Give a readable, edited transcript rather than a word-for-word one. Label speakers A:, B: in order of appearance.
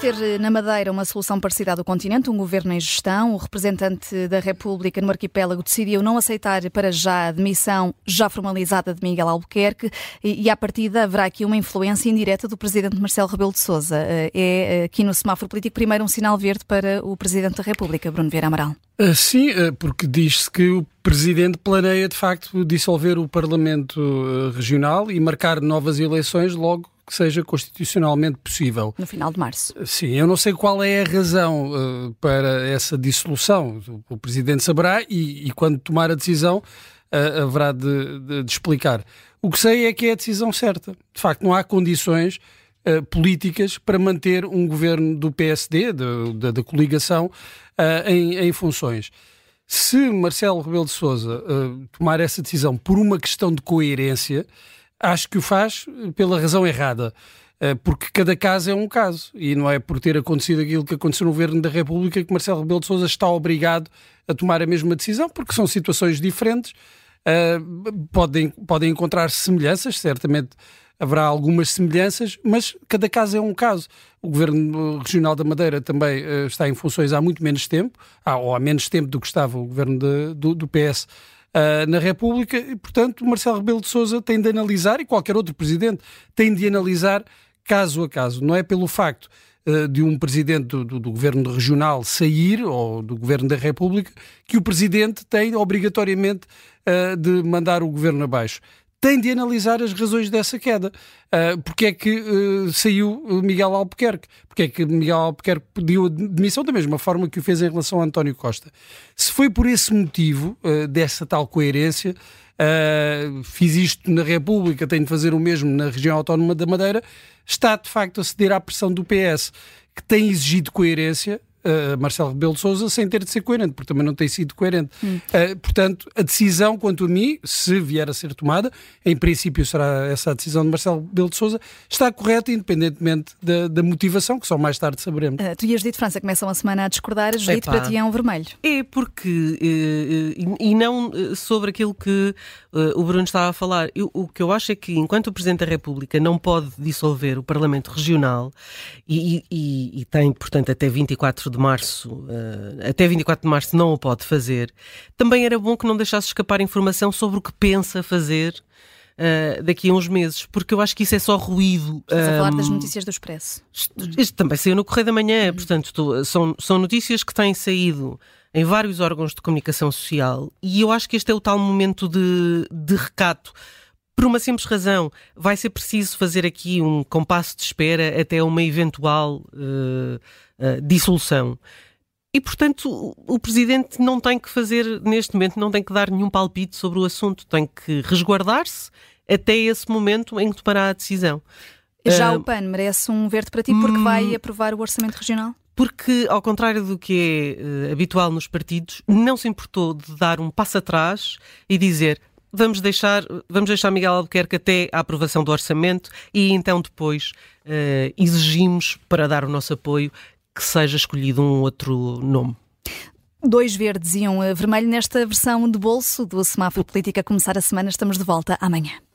A: ter na Madeira uma solução parecida à do continente, um governo em gestão. O representante da República no arquipélago decidiu não aceitar para já a demissão já formalizada de Miguel Albuquerque e à partida haverá aqui uma influência indireta do presidente Marcelo Rebelo de Sousa. É aqui no semáforo político primeiro um sinal verde para o presidente da República, Bruno Vieira Amaral.
B: Sim, porque diz-se que o presidente planeia de facto dissolver o Parlamento regional e marcar novas eleições logo que seja constitucionalmente possível.
A: No final de março.
B: Sim, eu não sei qual é a razão para essa dissolução. O presidente saberá e quando tomar a decisão haverá de explicar. O que sei é que é a decisão certa. De facto, não há condições políticas para manter um governo do PSD, da coligação, em funções. Se Marcelo Rebelo de Sousa tomar essa decisão por uma questão de coerência, acho que o faz pela razão errada, porque cada caso é um caso e não é por ter acontecido aquilo que aconteceu no Governo da República que Marcelo Rebelo de Sousa está obrigado a tomar a mesma decisão, porque são situações diferentes, podem encontrar semelhanças, certamente haverá algumas semelhanças, mas cada caso é um caso. O Governo Regional da Madeira também está em funções há muito menos tempo, ou há menos tempo do que estava o Governo do PS na República, e, portanto, Marcelo Rebelo de Sousa tem de analisar, e qualquer outro presidente tem de analisar caso a caso. Não é pelo facto de um presidente do Governo Regional sair, ou do Governo da República, que o presidente tem obrigatoriamente de mandar o governo abaixo. Tem de analisar as razões dessa queda. Porque é que saiu Miguel Albuquerque? Porque é que Miguel Albuquerque pediu a demissão da mesma forma que o fez em relação a António Costa? Se foi por esse motivo, dessa tal coerência, fiz isto na República, tenho de fazer o mesmo na região autónoma da Madeira, está de facto a ceder à pressão do PS, que tem exigido coerência, Marcelo Rebelo de Sousa, sem ter de ser coerente, porque também não tem sido coerente. Portanto, a decisão, quanto a mim, se vier a ser tomada, em princípio será essa a decisão de Marcelo Rebelo de Sousa, está correta, independentemente da motivação, que só mais tarde saberemos.
A: Tu e a Judite França começam a semana a discordar. A Judite, para ti é um vermelho.
C: É porque, e não sobre aquilo que o Bruno estava a falar, o que eu acho é que enquanto o Presidente da República não pode dissolver o Parlamento Regional e tem, portanto, até 24 de março não o pode fazer, também era bom que não deixasse escapar informação sobre o que pensa fazer daqui a uns meses, porque eu acho que isso é só ruído.
A: Estás a falar das notícias do Expresso.
C: Isto também saiu no Correio da Manhã, portanto, são notícias que têm saído em vários órgãos de comunicação social e eu acho que este é o tal momento de recato. Por uma simples razão, vai ser preciso fazer aqui um compasso de espera até uma eventual dissolução. E, portanto, o Presidente não tem que fazer, neste momento, não tem que dar nenhum palpite sobre o assunto, tem que resguardar-se até esse momento em que tomará a decisão.
A: Já o PAN merece um verde para ti porque vai aprovar o Orçamento Regional?
C: Porque, ao contrário do que é habitual nos partidos, não se importou de dar um passo atrás e dizer vamos deixar Miguel Albuquerque até à aprovação do orçamento e então depois exigimos, para dar o nosso apoio, que seja escolhido um outro nome.
A: 2 verdes e 1 vermelho nesta versão de bolso do Semáforo Político a começar a semana. Estamos de volta amanhã.